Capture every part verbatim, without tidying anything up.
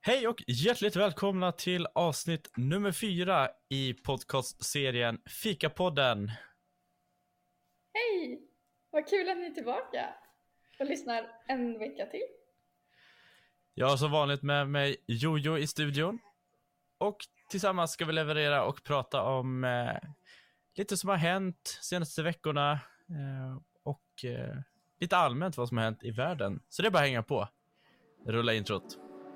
Hej och hjärtligt välkomna till avsnitt nummer fyra i podcastserien Fikapodden. Hej! Vad kul att ni är tillbaka och lyssnar en vecka till. Jag har som vanligt med mig Jojo i studion. Och tillsammans ska vi leverera och prata om eh, lite som har hänt senaste veckorna. Eh, och eh, lite allmänt vad som har hänt i världen. Så det är bara att hänga på. Rulla introt.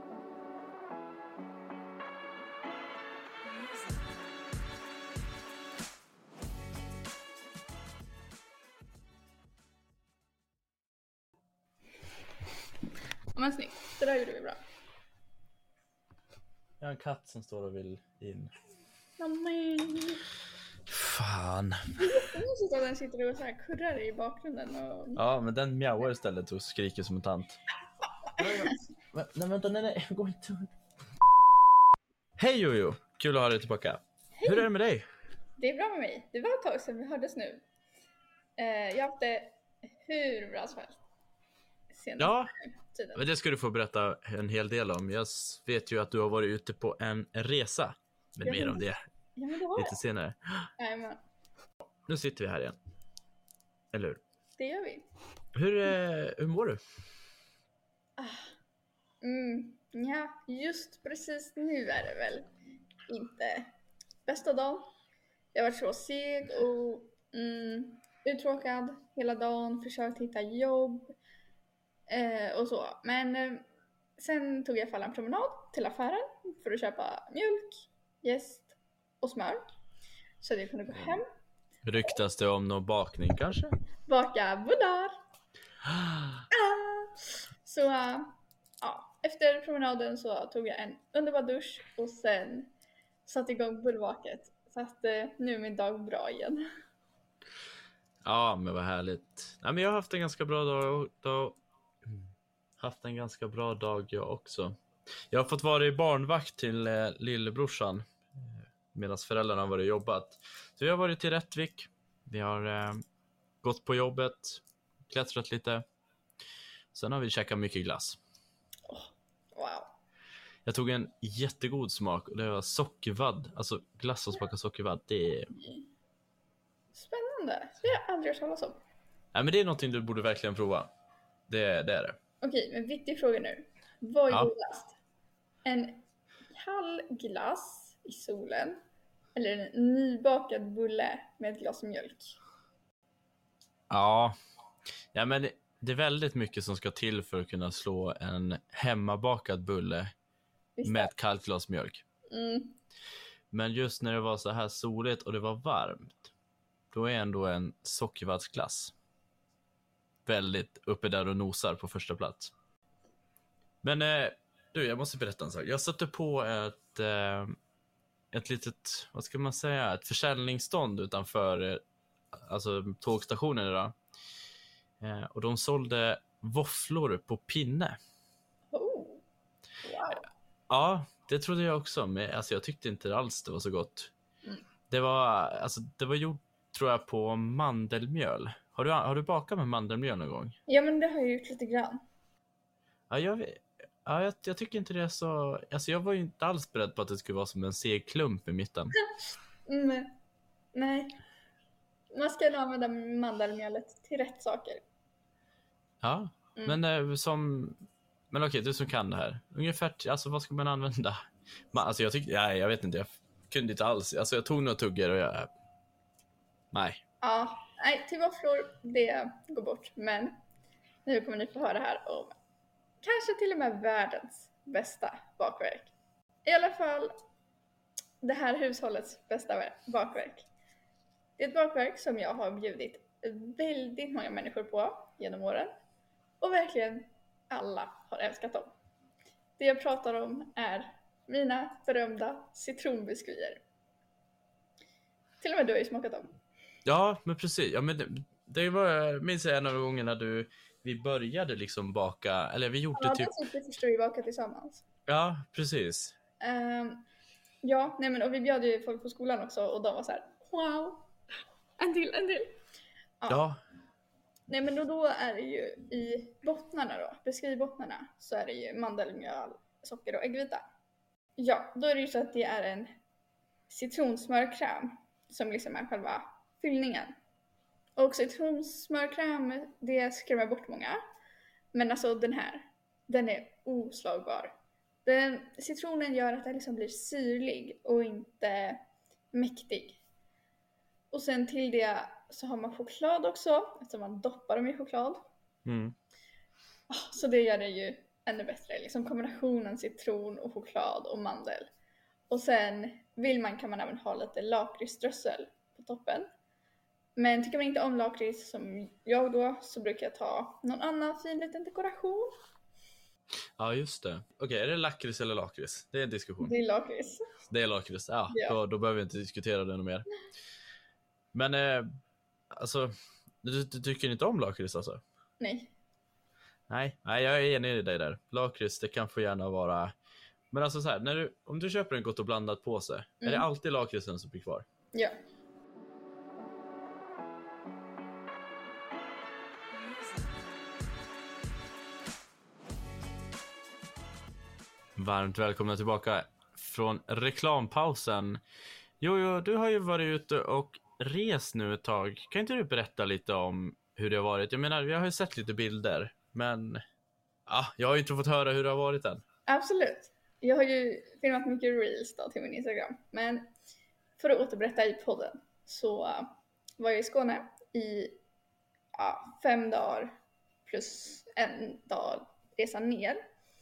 Men snyggt, det där gjorde vi bra. Jag har en katt som står och vill in. Ja, men... Fan. Det är jättemysigt att den sitter och så här kurrar i bakgrunden. Och... Ja, men den mjauar istället och skriker som en tant. Men, nej, vänta, nej, nej, gå inte. Hej Jojo, kul att ha dig tillbaka. Hej. Hur är det med dig? Det är bra med mig. Det var ett tag sedan vi hördes nu. Eh, jag har haft det hur bra som helst. Ja, men det ska du få berätta en hel del om. Jag vet ju att du har varit ute på en resa. Men ja, mer om det ja, men det har lite jag. senare. Nej, men... Nu sitter vi här igen. Eller hur? Det gör vi. Hur, eh, hur mår du? Ah. Mm, ja, just precis nu är det väl inte bästa dagen. Jag har varit så seg och mm, uttråkad hela dagen, försökt hitta jobb eh, och så. Men eh, sen tog jag i alla fall en promenad till affären för att köpa mjölk, jäst och smör. Så att jag kunde gå hem. Ryktas det om någon bakning kanske? Baka bullar! Ah! Så uh, ja, efter promenaden så tog jag en underbar dusch och sen satte igång bullvaket. Så att uh, nu är min dag bra igen. Ja, men vad härligt. Ja, men jag har haft en ganska bra dag. dag. Haft en ganska bra dag jag också. Jag har fått vara i barnvakt till eh, lillebrorsan. Eh, medan föräldrarna har varit och jobbat. Så vi har varit till Rättvik. Vi har eh, gått på jobbet. Klättrat lite. Sen har vi käkat mycket glass. Oh, wow. Jag tog en jättegod smak. Och det var sockervadd. Alltså glass som smakar sockervadd. Det är... Spännande. Det har jag aldrig hört talas om. Nej, men det är någonting du borde verkligen prova. Det, det är det. Okej, men viktig fråga nu. Vad är Ja. godast? En kall glass i solen eller en nybakad bulle med ett glas mjölk? Ja. Ja, men det, det är väldigt mycket som ska till för att kunna slå en hemmabakad bulle Visst med är. ett kallt glas mjölk. Mm. Men just när det var så här soligt och det var varmt, då är ändå en sockervaddsglass väldigt uppe där och nosar på första plats. Men eh, du, jag måste berätta en sak. Jag satte på ett eh, ett litet, vad ska man säga, ett försäljningsstånd utanför eh, alltså tågstationen idag. Eh, och de sålde våfflor på pinne. Oh. Wow. Ja, det trodde jag också, men alltså jag tyckte inte alls det var så gott. Mm. Det var alltså det var gjort, tror jag, på mandelmjöl. Har du har du bakat med mandelmjöl någon gång? Ja, men det har jag gjort lite grann. Ja, jag vet- ja, jag, jag tycker inte det är så, alltså jag var ju inte alls beredd på att det skulle vara som en seg klump i mitten. Mm. Nej. Man ska nog använda mandelmjölet till rätt saker. Ja, Mm. men eh, som men okej, du som kan det här. Ungefär, alltså vad ska man använda? Man, alltså jag tyckte, nej, jag vet inte, jag kunde inte alls. Alltså jag tog några tuggor och jag nej. Ja, nej, till våfflor, det går bort. Men nu kommer ni få höra här om kanske till och med världens bästa bakverk. I alla fall, det här hushållets bästa bakverk. Det är ett bakverk som jag har bjudit väldigt många människor på genom åren. Och verkligen alla har älskat dem. Det jag pratar om är mina berömda citronbiskvier. Till och med du har ju smakat dem. Ja, men precis. Ja, men det, det var, minns jag en av gångerna du vi började liksom baka, eller vi gjorde Ja, typ det typ vi förstår vi baka tillsammans. ja, precis. Um, ja, nej men och vi bjöd ju folk på skolan också och de var så här: wow, en till, en till. Ja. Ja. Nej men då, då är det ju i bottnarna då, beskrivbottnarna, så är det ju mandelmjöl, socker och äggvita. Ja, då är det ju så att det är en citronsmörkräm som liksom är själva fyllningen. Och citronsmörkräm, det skrämmer bort många. Men alltså den här, den är oslagbar. Den, citronen gör att den liksom blir syrlig och inte mäktig. Och sen till det så har man choklad också, eftersom man doppar dem i choklad. Mm. Så det gör det ju ännu bättre, liksom kombinationen citron och choklad och mandel. Och sen vill man kan man även ha lite lakritsströssel på toppen. Men tycker man inte om lakrits som jag då, så brukar jag ta någon annan fin liten dekoration. Ja, just det. Okej, okay, är det lakrits eller lakrits? Det är en diskussion. Det är lakrits. Det är lakrits, ja. ja. Då, då behöver vi inte diskutera det mer. Men, eh, alltså, du, du tycker inte om lakrits alltså? Nej. Nej, nej, jag är enig i dig där. Lakrits, det kan få gärna vara... Men alltså så här, när du, om du köper en Gott och blandat påse, mm. är det alltid lakritsen som blir kvar? Ja. Varmt välkomna tillbaka från reklampausen. Jojo, du har ju varit ute och rest nu ett tag. Kan inte du berätta lite om hur det har varit? Jag menar, jag har ju sett lite bilder, men ah, jag har ju inte fått höra hur det har varit än. Absolut. Jag har ju filmat mycket reels då till min Instagram. Men för att återberätta i podden så var jag i Skåne i ja, fem dagar plus en dag resa ner.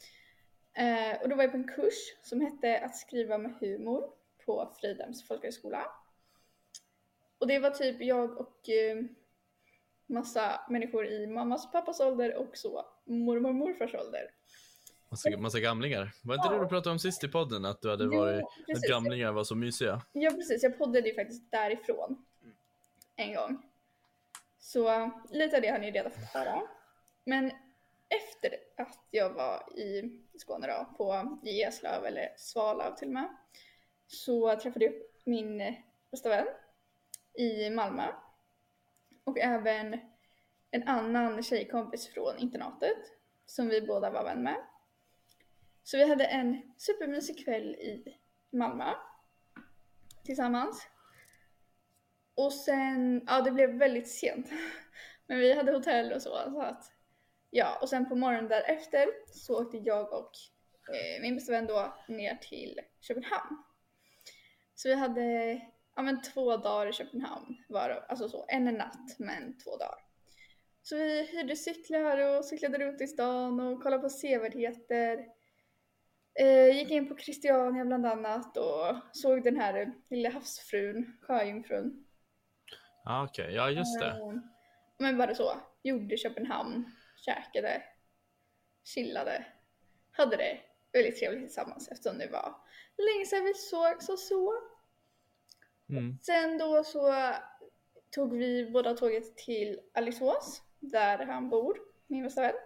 Eh, och då var jag på en kurs som hette Att skriva med humor på Fridhems folkhögskola. Och det var typ jag och eh, massa människor i mammas och pappas ålder och så mormor och morfars ålder. Massa, massa gamlingar. Var inte ja. det du pratade om sist i podden? Att du hade jo, varit precis. Att gamlingar var så mysiga. Ja, precis. Jag poddade ju faktiskt därifrån en gång. Så lite av det har ni redan fått höra. Men efter att jag var i Skåne då, på Eslöv eller Svalöv till och med, så träffade jag min bästa vän i Malmö. Och även en annan tjejkompis från internatet som vi båda var vän med. Så vi hade en supermysig kväll i Malmö tillsammans. Och sen, ja det blev väldigt sent. Men vi hade hotell och så, så att, ja, och sen på morgonen därefter så åkte jag och eh, min bästa vän då ner till Köpenhamn. Så vi hade, ja men två dagar i Köpenhamn var, alltså så, en natt men två dagar. Så vi hyrde cyklar och cyklade runt i stan och kollade på sevärdheter. Eh, gick in på Christiania bland annat och såg den här lilla havsfrun, sjöjungfrun. Ah, okej, okay. Ja just det. Eh, men bara så, gjorde Köpenhamn, käkade, chillade, hade det väldigt trevligt tillsammans eftersom det var länge sedan vi sågs och så. Mm. Sen då så tog vi båda tåget till Alingsås, där han bor, min bästa vän.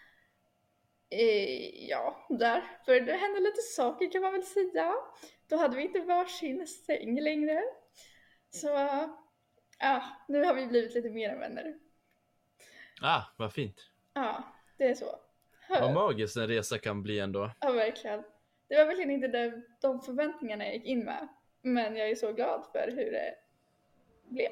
Eh, ja, där. För det hände lite saker kan man väl säga. Då hade vi inte varsin säng längre. Så, ja, nu har vi blivit lite mer än vänner. Ah, vad fint. Ja, det är så. Hör. Vad magiskt en resa kan bli ändå. Ja, verkligen. Det var verkligen inte det, de förväntningarna jag gick in med. Men jag är så glad för hur det blev.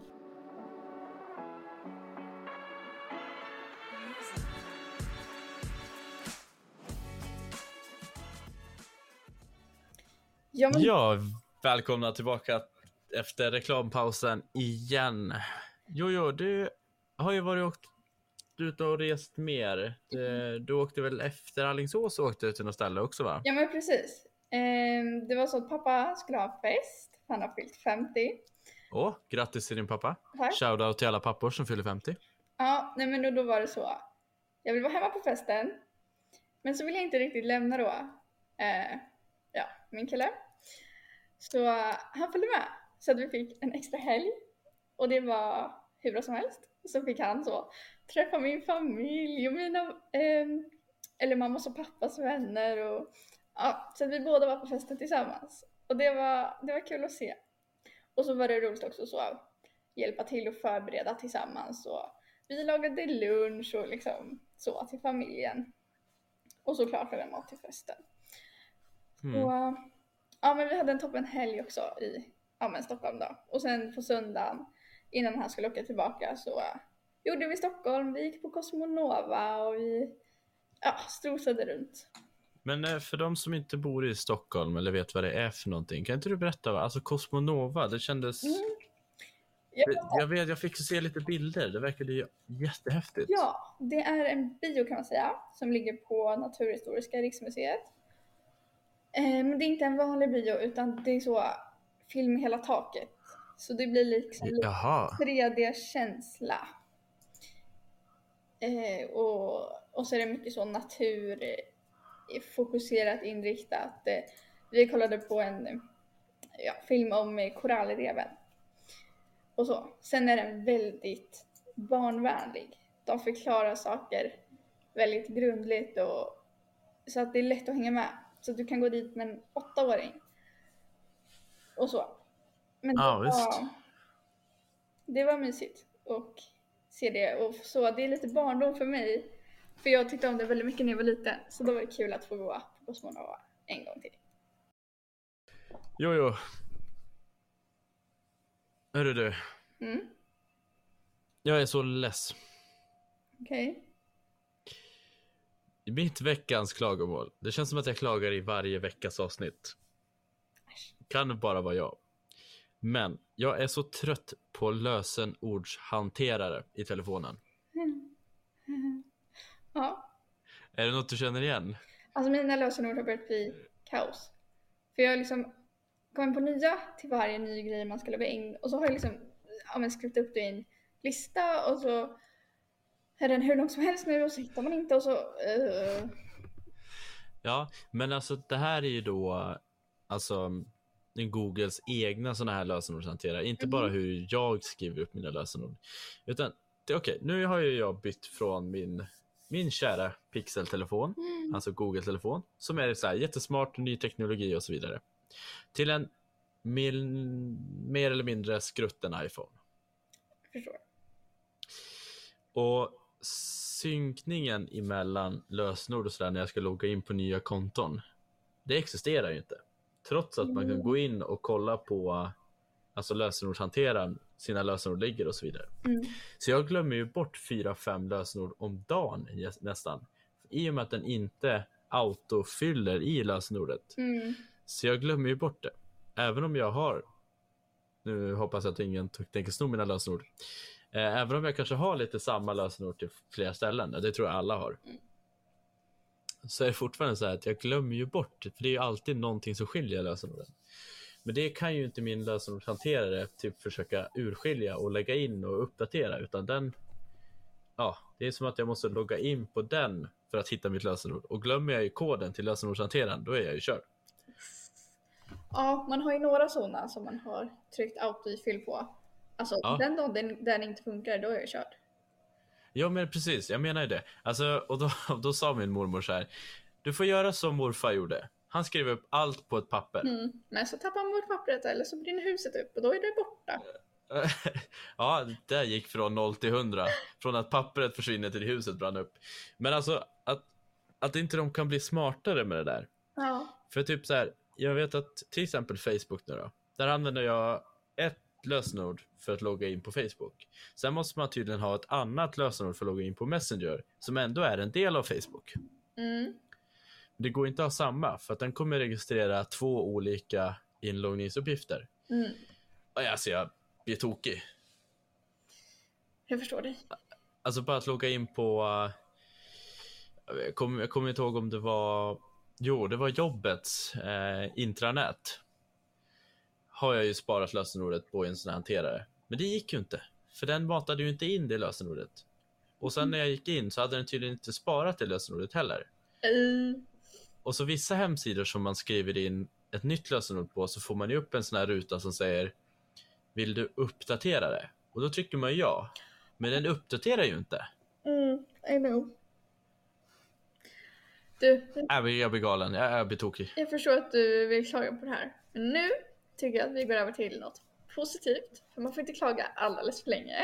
Ja, men... ja, välkomna tillbaka efter reklampausen igen. Jojo, du har ju varit åkt ut och rest mer. Du, du åkte väl efter Alingsås och åkte till något ställe också, va? Ja, men precis. Ehm, det var så att pappa skulle ha fest. Han har fyllt femtio. Åh, grattis till din pappa. Tack. Shoutout till alla pappor som fyller femtio. Ja, nej men då, då var det så. Jag vill vara hemma på festen. Men så vill jag inte riktigt lämna då. Eh, ja, min kille. Så uh, han följde med. Så att vi fick en extra helg. Och det var hur bra som helst. Så fick han så träffa min familj och mina, eh, eller mammas och pappas vänner. Och, ja, så att vi båda var på festen tillsammans. Och det var, det var kul att se. Och så var det roligt också så hjälpa till och förbereda tillsammans. Och vi lagade lunch och liksom så till familjen. Och såklart hade mat till festen. Mm. Och ja, men vi hade en toppen helg också i ja, men Stockholm då. Och sen på söndagen innan han skulle åka tillbaka så uh, gjorde vi Stockholm. Vi gick på Cosmonova och vi ja, strosade runt. Men eh, för de som inte bor i Stockholm eller vet vad det är för någonting, kan inte du berätta? Va? Alltså Cosmonova, det kändes... Mm. Ja. Jag vet, jag fick se lite bilder. Det verkade ju jättehäftigt. Ja, det är en bio kan man säga som ligger på Naturhistoriska riksmuseet. Eh, men det är inte en vanlig bio utan det är så film i hela taket. Så det blir liksom Jaha. tre D-känsla. Eh, och, och så är det mycket så natur eh, fokuserat inriktat. Eh, vi kollade på en ja, film om eh, korallreven. Och så. Sen är den väldigt barnvänlig. De förklarar saker väldigt grundligt och så att det är lätt att hänga med. Så att du kan gå dit med en åttaåring. Och så. Men det, Ja, var, visst. det var mysigt och se det. Och så det är lite barndom för mig. För jag tyckte om det väldigt mycket när jag var liten. Så då var det kul att få gå på Cosmonova en gång till. Jo, jo. Hörru du. Mm. Jag är så less. Okej. Okay. Mitt veckans klagomål. Det känns som att jag klagar i varje veckas avsnitt. Kan det bara vara jag. Men jag är så trött på lösenordshanterare i telefonen. Mm. Mm. Ja. Är det något du känner igen? Alltså mina lösenord har börjat bli kaos. För jag har liksom kommit på nya till varje ny grej man ska logga in. Och så har jag liksom ja, men skrivit upp det i en lista och så är den hur lång som helst nu och så hittar man inte och så... Uh. Ja, men alltså det här är ju då alltså Googles egna sådana här lösenordshanterare. Inte mm. bara hur jag skriver upp mina lösenord. Utan, det är okej. Okay. Nu har ju jag bytt från min, min kära Pixel-telefon, mm. alltså Google-telefon, som är så här jättesmart, ny teknologi och så vidare, till en mil, mer eller mindre skrutten iPhone. Förstår. Och synkningen emellan lösenord och sådär när jag ska logga in på nya konton, det existerar ju inte. Trots att man kan gå in och kolla på alltså lösenordshanteraren, sina lösenord ligger och så vidare. Mm. Så jag glömmer ju bort fyra fem lösenord om dagen nästan. I och med att den inte autofyller i lösenordet. Mm. Så jag glömmer ju bort det. Även om jag har, nu hoppas jag att ingen tänker sno mina lösenord. Även om jag kanske har lite samma lösenord till flera ställen, det tror jag alla har. Mm. Så är det fortfarande så här att jag glömmer ju bort, för det är ju alltid någonting som skiljer lösenorden. Men det kan ju inte min lösenordshanterare typ försöka urskilja och lägga in och uppdatera, utan den, ja, det är som att jag måste logga in på den för att hitta mitt lösenord. Och glömmer jag ju koden till lösenordshanteraren, då är jag ju körd. Ja, man har ju några sådana som man har tryckt autofill på. Alltså ja. Den dagen den, den inte funkar, då är jag körd. Ja, men precis, jag menar ju det. Alltså, och då, då sa min mormor så här: du får göra som morfar gjorde. Han skrev upp allt på ett papper. Mm. Men så tappar man bort pappret eller så brinner huset upp och då är det borta. Ja, det gick från noll till hundra. Från att pappret försvinner till huset brann upp. Men alltså, att, att inte de kan bli smartare med det där. Ja. För typ så här, jag vet att till exempel Facebook nu då. Där använder jag ett lösenord för att logga in på Facebook. Sen måste man tydligen ha ett annat lösenord för att logga in på Messenger, som ändå är en del av Facebook. Mm. Det går inte att ha samma, för att den kommer registrera två olika inloggningsuppgifter. Mm. Och alltså jag blir tokig. Jag förstår dig. Alltså bara att logga in på jag kommer, jag kommer inte ihåg om det var jo, det var jobbets eh, intranät. Har jag ju sparat lösenordet på en sån här hanterare. Men det gick ju inte. För den matade ju inte in det lösenordet. Och sen när jag gick in så hade den tydligen inte sparat det lösenordet heller. Mm. Och så vissa hemsidor som man skriver in ett nytt lösenord på, så får man ju upp en sån här ruta som säger: vill du uppdatera det? Och då trycker man ja. Men den uppdaterar ju inte. Mm, I know. Du, jag, blir, jag blir galen, jag, jag blir tokig. Jag förstår att du vill klaga på det här. Men nu tycker jag att vi går över till något positivt. För man får inte klaga alldeles för länge.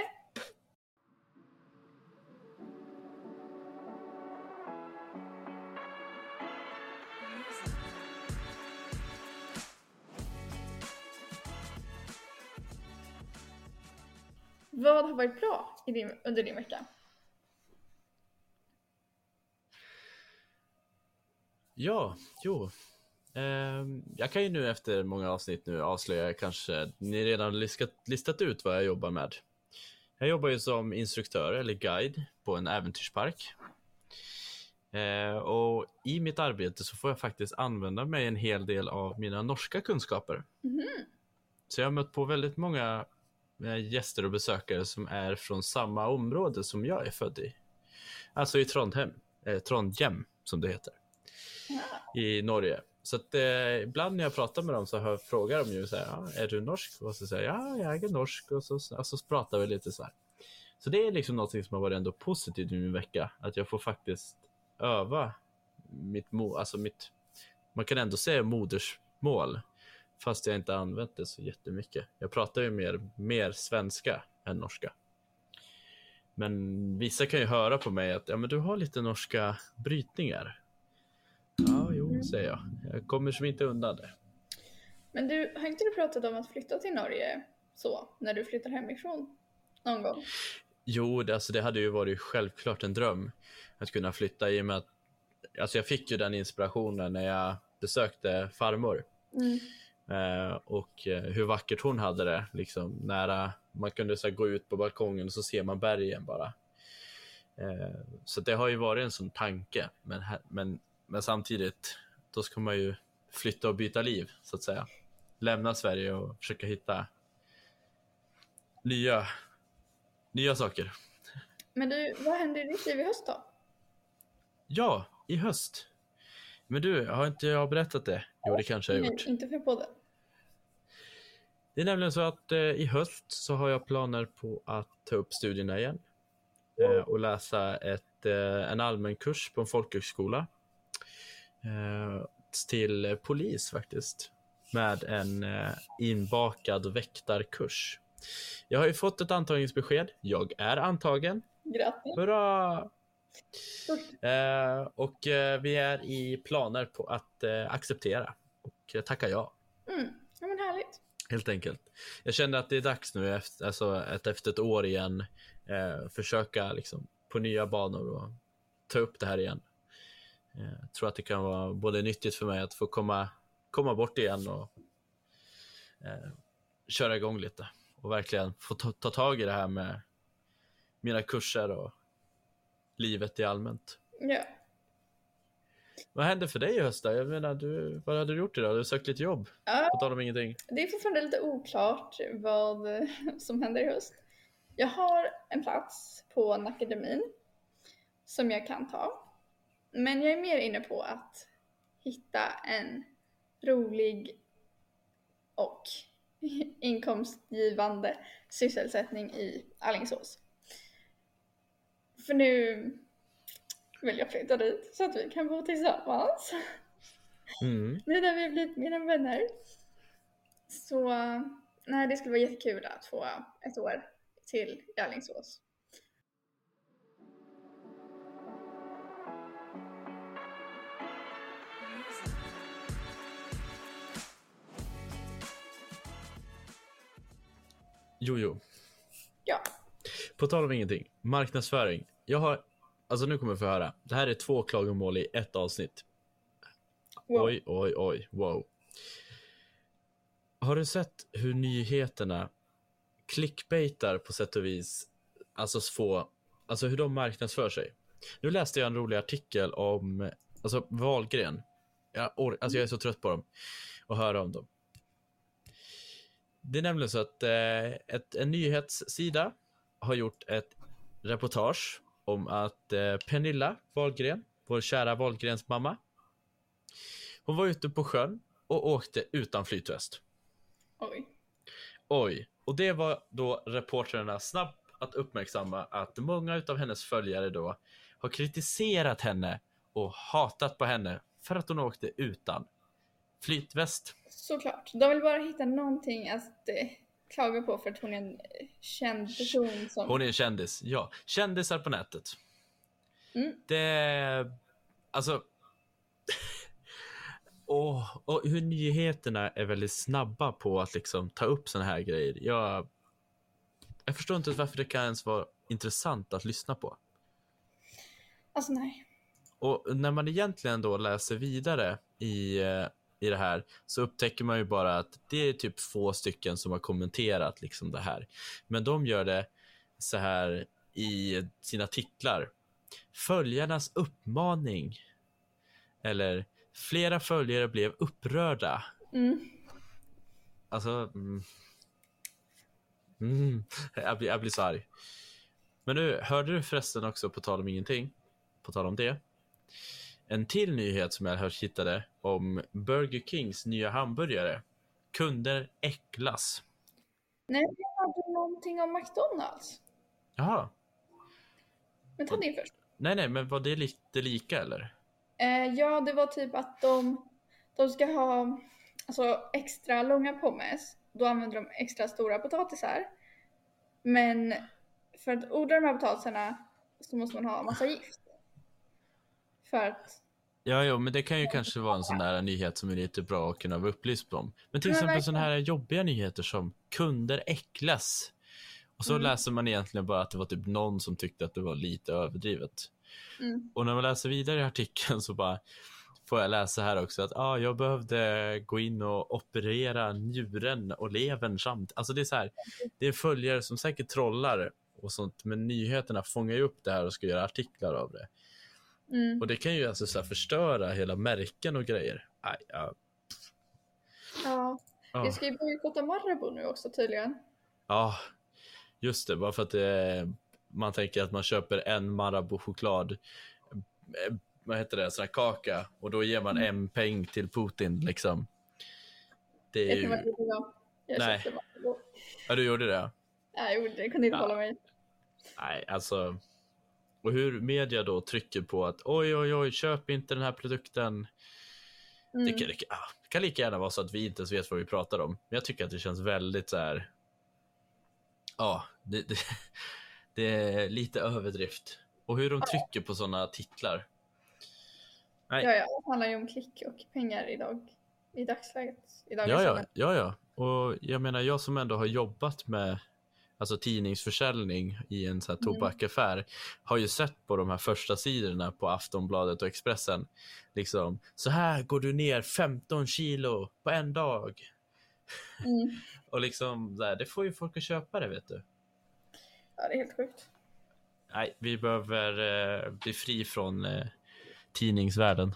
Vad har varit bra i din, under din vecka? Ja, jo. Ehm, jag kan ju nu efter många avsnitt nu avslöja kanske, ni redan listat, listat ut vad jag jobbar med. Jag jobbar ju som instruktör eller guide på en äventyrspark. Ehm, och i mitt arbete så får jag faktiskt använda mig en hel del av mina norska kunskaper. Mhm. Så jag har mött på väldigt många eh, gäster och besökare som är från samma område som jag är född i. Alltså i Trondheim, eh, Trondheim som det heter, Ja. i Norge. Så att eh, ibland när jag pratar med dem så hör, frågar de ju så här, ja, är du norsk? Och så säger jag, ja, jag är norsk. Och så, och så pratar vi lite så här. Så det är liksom något som har varit ändå positivt i min vecka. Att jag får faktiskt öva mitt, mo- alltså mitt, man kan ändå säga modersmål. Fast jag inte använt det så jättemycket. Jag pratar ju mer, mer svenska än norska. Men vissa kan ju höra på mig att ja, men du har lite norska brytningar. Ja, jo, säger jag. Jag kommer som inte undan det. Men du, har inte du pratat om att flytta till Norge så, när du flyttar hemifrån någon gång? Jo, det, alltså, det hade ju varit självklart en dröm att kunna flytta i och med att alltså, jag fick ju den inspirationen när jag besökte farmor. Mm. Eh, och eh, hur vackert hon hade det liksom, nära, man kunde så här, gå ut på balkongen och så ser man bergen bara. Eh, så det har ju varit en sån tanke, men, men, men samtidigt då ska man ju flytta och byta liv så att säga, lämna Sverige och försöka hitta nya nya saker. Men du, vad händer i ditt liv i höst då? Ja, i höst. Men du, har inte jag berättat det? Jo, det kanske jag har Nej, gjort. inte för podden. Det är nämligen så att eh, i höst så har jag planer på att ta upp studierna igen. Eh, och läsa ett, eh, en allmän kurs på en folkhögskola. Eh, till polis faktiskt. Med en eh, inbakad väktarkurs. Jag har ju fått ett antagningsbesked. Jag är antagen. Grattis. Hurra! Eh, och eh, vi är i planer på att eh, acceptera och eh, tacka ja. Mm. Ja, men härligt. Helt enkelt. Jag kände att det är dags nu efter, alltså, ett, efter ett år igen eh, försöka liksom, på nya banor och ta upp det här igen. Eh, jag tror att det kan vara både nyttigt för mig att få komma, komma bort igen och eh, köra igång lite och verkligen få ta, ta tag i det här med mina kurser och livet i allmänt. Ja. Vad hände för dig i höst då? Jag menar, du, vad hade du gjort idag? Du har sökt lite jobb. Ja. På tal om ingenting. Det är fortfarande lite oklart vad som händer i höst. Jag har en plats på en akademin som jag kan ta. Men jag är mer inne på att hitta en rolig och inkomstgivande sysselsättning i Alingsås. För nu vill jag flytta dit så att vi kan bo tillsammans. Mm. Nu när vi har blivit mer än vänner. Så nej, det skulle vara jättekul att få ett år till i Alingsås. Jo, jo. Ja. På tal om ingenting. Marknadsföring. Jag har, alltså nu kommer jag få höra. Det här är två klagomål i ett avsnitt. Wow. Oj, oj, oj, wow. Har du sett hur nyheterna clickbaitar på sätt och vis, alltså få, alltså hur de marknadsför sig? Nu läste jag en rolig artikel om, alltså Wahlgren. Jag, or- alltså jag är så trött på dem och höra om dem. Det är nämligen så att eh, ett, en nyhetssida har gjort ett reportage om att eh, Pernilla Wahlgren, vår kära Wahlgrens mamma, hon var ute på sjön och åkte utan flytväst. Oj. Oj. Och det var då reportrarna snabbt att uppmärksamma att många utav hennes följare då har kritiserat henne och hatat på henne för att hon åkte utan flytväst. Såklart. De vill bara hitta någonting att eh, klaga på för att hon är en eh, känd person som... Hon är en kändis, ja. Kändisar på nätet. Mm. Det... Alltså... Och, och hur nyheterna är väldigt snabba på att liksom ta upp såna här grejer. Jag, jag förstår inte varför det kan ens vara intressant att lyssna på. Alltså nej. Och när man egentligen då läser vidare i, i det här så upptäcker man ju bara att det är typ få stycken som har kommenterat liksom det här. Men de gör det så här i sina titlar. Följarnas uppmaning. Eller flera följare blev upprörda. Mm. Alltså... Mm, mm, jag, blir, jag blir så arg. Men nu, hörde du förresten också på tal om ingenting? På tal om det. En till nyhet som jag hört hittade om Burger Kings nya hamburgare. Kunder äcklas. Nej, jag hörde någonting om McDonalds. Jaha. Men ta det först. Nej, nej, men var det lite lika eller? Eh, ja, det var typ att de, de ska ha alltså, extra långa pommes. Då använder de extra stora potatisar. Men för att odla de här potatisarna så måste man ha en massa gift. För att... Ja, ja, men det kan ju kanske vara en sån där nyhet som är lite bra att kunna vara upplyst om. Men till exempel sådana här jobbiga nyheter som kunder äcklas. Och så mm. läser man egentligen bara att det var typ någon som tyckte att det var lite överdrivet. Mm. Och när man läser vidare i artikeln så bara får jag läsa här också att ah, jag behövde gå in och operera njuren och levern samt. Alltså det är så här, det är följare som säkert trollar och sånt, men nyheterna fångar ju upp det här och ska göra artiklar av det. Mm. Och det kan ju alltså så här förstöra hela märken och grejer. Aj, ja. Ja, vi ska ju bojkotta Marabou nu också tydligen. Ja, just det. Bara för att det, man tänker att man köper en Marabou-choklad, vad heter det, sån här kaka, och då ger man en peng till Putin liksom. Det är ju... Jag jag Nej. köpte Marabou. Ja, du gjorde det? Nej, jag gjorde det. Jag kunde inte Ja. hålla mig. Nej, alltså... Och hur media då trycker på att oj, oj, oj, köp inte den här produkten. Mm. Det, kan, det, kan, det kan lika gärna vara så att vi inte ens vet vad vi pratar om. Men jag tycker att det känns väldigt så här... Ja, det, det, det är lite överdrift. Och hur de trycker på sådana titlar. Nej. Ja, ja, det handlar ju om klick och pengar idag. I dagsläget. Idag ja, ja, ja, ja. Och jag menar, jag som ändå har jobbat med alltså tidningsförsäljning i en så här tobakaffär mm. har ju sett på de här första sidorna på Aftonbladet och Expressen. Liksom, så här går du ner femton kilo på en dag. Mm. Och liksom, det får ju folk att köpa det, vet du. Ja, det är helt sjukt. Nej, vi behöver eh, bli fri från eh, tidningsvärlden.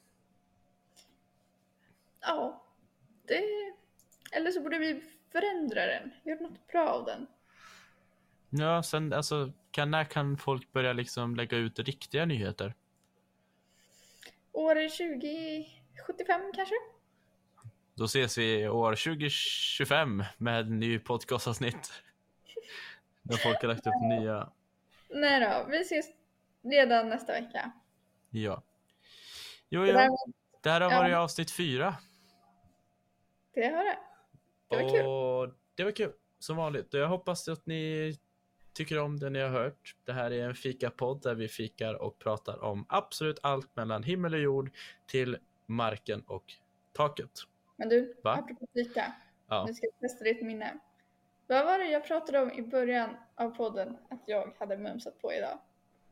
Ja, det... Eller så borde vi förändra den. Göra något bra av den. Ja, sen alltså, kan, när kan folk börja liksom lägga ut riktiga nyheter? År tjugo sjuttiofem kanske? Då ses vi år tjugo tjugofem med en ny podcastavsnitt. Där folk har lagt upp nya. Nej då, vi ses redan nästa vecka. Ja. Jo, jo. Det, var... det här har varit ja. avsnitt fyra. Det har det. Det var och kul. Det var kul, som vanligt. Jag hoppas att ni tycker om det ni har hört. Det här är en fikapodd där vi fikar och pratar om absolut allt mellan himmel och jord till marken och taket. Men du, Va? apropå fika. Ja. Nu ska jag testa ditt minne. Vad var det jag pratade om i början av podden att jag hade mumsat på idag?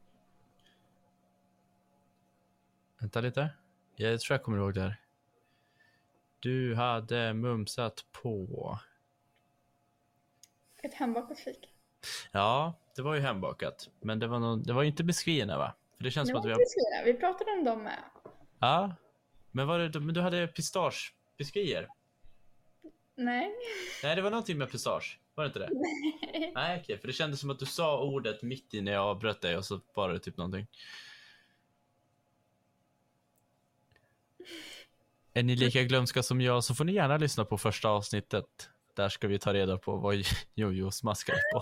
Vänta lite. Jag tror jag kommer ihåg det här. Du hade mumsat på... Ett hembakat fika. Ja, det var ju hembakat. Men det var, nog, det var ju inte biskvierna, va? För det känns det som att vi har... har... Vi pratade om dem med. Ja, men, var det, men du hade pistagebiskvier? Nej. Nej, det var någonting med pistage. Var det inte det? Nej. Nej, okej. För det kändes som att du sa ordet mitt i när jag avbröt dig och så var det typ någonting. Är ni lika glömska som jag så får ni gärna lyssna på första avsnittet. Där ska vi ta reda på vad Jojo smaskar på.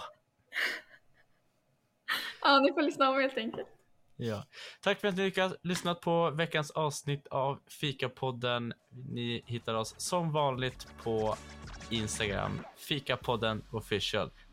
Ja, ni får lyssna om helt enkelt. Ja. Tack för att ni har lyssnat på veckans avsnitt av Fikapodden. Ni hittar oss som vanligt på Instagram, Fikapodden official.